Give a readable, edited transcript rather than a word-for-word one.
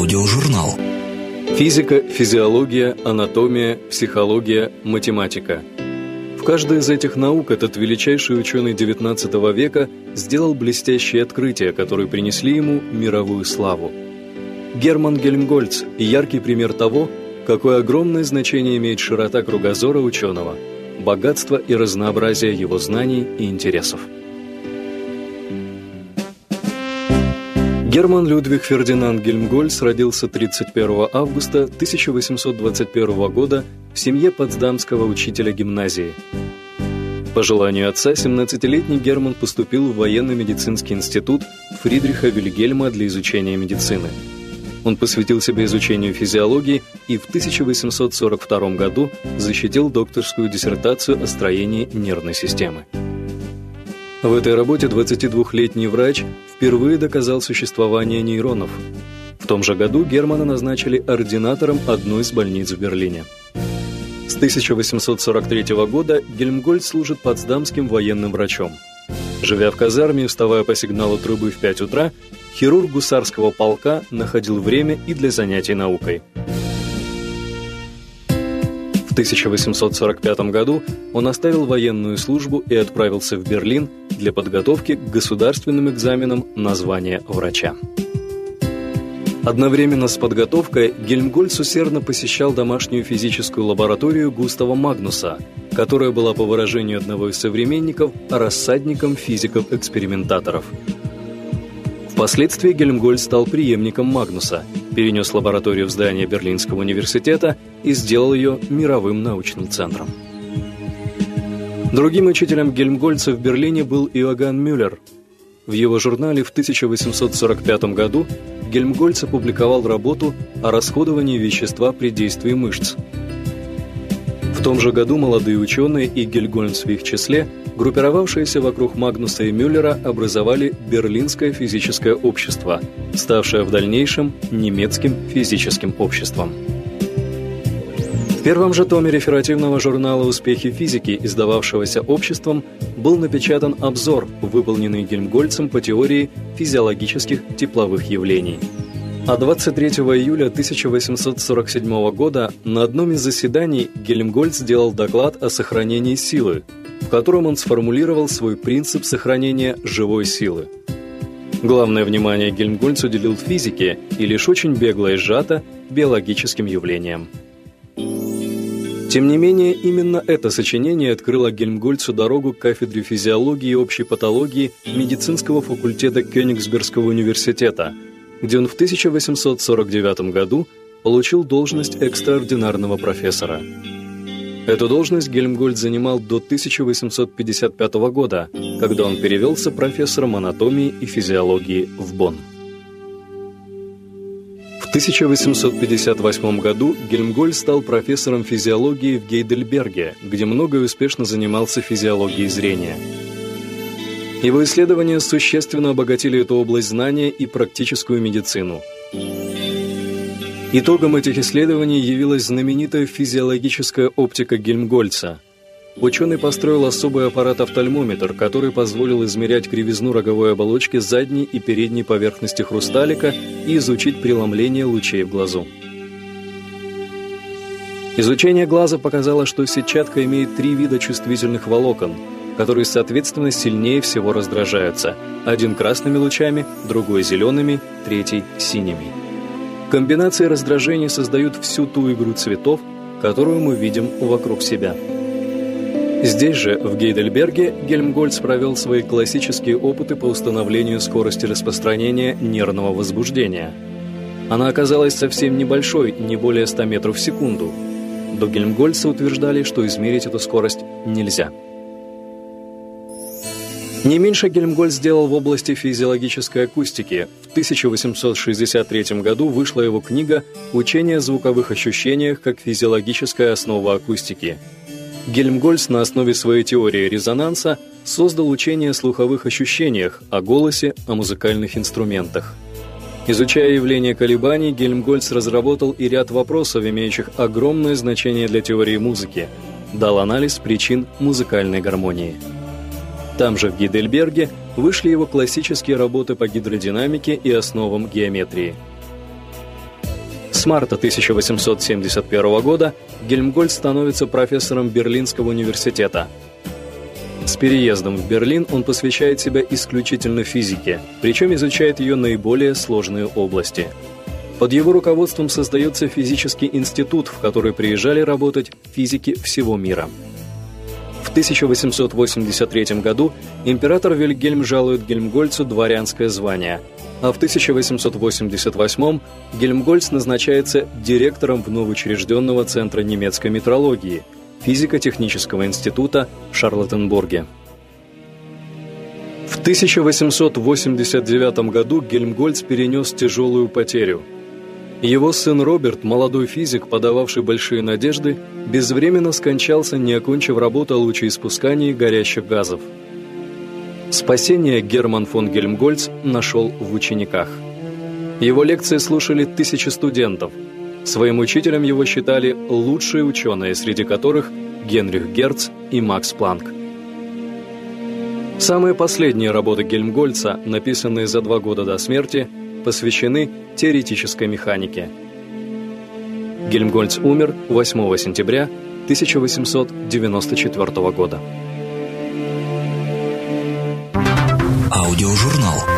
Аудиожурнал. Физика, физиология, анатомия, психология, математика. В каждой из этих наук этот величайший ученый XIX века сделал блестящие открытия, которые принесли ему мировую славу. Герман Гельмгольц – яркий пример того, какое огромное значение имеет широта кругозора ученого, богатство и разнообразие его знаний и интересов. Герман Людвиг Фердинанд Гельмгольц родился 31 августа 1821 года в семье потсдамского учителя гимназии. По желанию отца, 17-летний Герман поступил в военно-медицинский институт Фридриха Вильгельма для изучения медицины. Он посвятил себя изучению физиологии и в 1842 году защитил докторскую диссертацию о строении нервной системы. В этой работе 22-летний врач впервые доказал существование нейронов. В том же году Германа назначили ординатором одной из больниц в Берлине. С 1843 года Гельмгольц служит потсдамским военным врачом. Живя в казарме и вставая по сигналу трубы в 5 утра, хирург гусарского полка находил время и для занятий наукой. В 1845 году он оставил военную службу и отправился в Берлин для подготовки к государственным экзаменам на звание врача. Одновременно с подготовкой Гельмгольц усердно посещал домашнюю физическую лабораторию Густава Магнуса, которая была, по выражению одного из современников, рассадником физиков-экспериментаторов. Впоследствии Гельмгольц стал преемником Магнуса, перенес лабораторию в здание Берлинского университета и сделал ее мировым научным центром. Другим учителем Гельмгольца в Берлине был Иоганн Мюллер. В его журнале в 1845 году Гельмгольц опубликовал работу о расходовании вещества при действии мышц. В том же году молодые ученые и Гельмгольц в их числе, группировавшиеся вокруг Магнуса и Мюллера, образовали Берлинское физическое общество, ставшее в дальнейшем немецким физическим обществом. В первом же томе реферативного журнала «Успехи физики», издававшегося обществом, был напечатан обзор, выполненный Гельмгольцем по теории физиологических тепловых явлений. А 23 июля 1847 года на одном из заседаний Гельмгольц сделал доклад о сохранении силы, в котором он сформулировал свой принцип сохранения живой силы. Главное внимание Гельмгольц уделил физике и лишь очень бегло и сжато биологическим явлениям. Тем не менее, именно это сочинение открыло Гельмгольцу дорогу к кафедре физиологии и общей патологии медицинского факультета Кёнигсбергского университета, где он в 1849 году получил должность экстраординарного профессора. Эту должность Гельмгольц занимал до 1855 года, когда он перевелся профессором анатомии и физиологии в Бонн. В 1858 году Гельмгольц стал профессором физиологии в Гейдельберге, где много и успешно занимался физиологией зрения. Его исследования существенно обогатили эту область знания и практическую медицину. Итогом этих исследований явилась знаменитая физиологическая оптика Гельмгольца. Ученый построил особый аппарат-офтальмометр, который позволил измерять кривизну роговой оболочки задней и передней поверхности хрусталика и изучить преломление лучей в глазу. Изучение глаза показало, что сетчатка имеет 3 вида чувствительных волокон, которые, соответственно, сильнее всего раздражаются. Один красными лучами, другой зелеными, третий синими. Комбинации раздражений создают всю ту игру цветов, которую мы видим вокруг себя. Здесь же, в Гейдельберге, Гельмгольц провел свои классические опыты по установлению скорости распространения нервного возбуждения. Она оказалась совсем небольшой, не более 100 метров в секунду. До Гельмгольца утверждали, что измерить эту скорость нельзя. Не меньше Гельмгольц сделал в области физиологической акустики. В 1863 году вышла его книга «Учение о звуковых ощущениях как физиологическая основа акустики». Гельмгольц на основе своей теории резонанса создал учение о слуховых ощущениях, о голосе, о музыкальных инструментах. Изучая явление колебаний, Гельмгольц разработал и ряд вопросов, имеющих огромное значение для теории музыки, дал анализ причин музыкальной гармонии. Там же, в Гейдельберге, вышли его классические работы по гидродинамике и основам геометрии. С марта 1871 года Гельмгольц становится профессором Берлинского университета. С переездом в Берлин он посвящает себя исключительно физике, причем изучает ее наиболее сложные области. Под его руководством создается физический институт, в который приезжали работать физики всего мира. В 1883 году император Вильгельм жалует Гельмгольцу дворянское звание, а в 1888 Гельмгольц назначается директором вновь учрежденного Центра немецкой метрологии, физико-технического института в Шарлоттенбурге. В 1889 году Гельмгольц перенес тяжелую потерю. Его сын Роберт, молодой физик, подававший большие надежды, безвременно скончался, не окончив работу о лучеиспускании горящих газов. Спасение Герман фон Гельмгольц нашел в учениках. Его лекции слушали тысячи студентов. Своим учителем его считали лучшие ученые, среди которых Генрих Герц и Макс Планк. Самые последние работы Гельмгольца, написанные за 2 года до смерти, посвящены теоретической механике. Гельмгольц умер 8 сентября 1894 года. Аудиожурнал.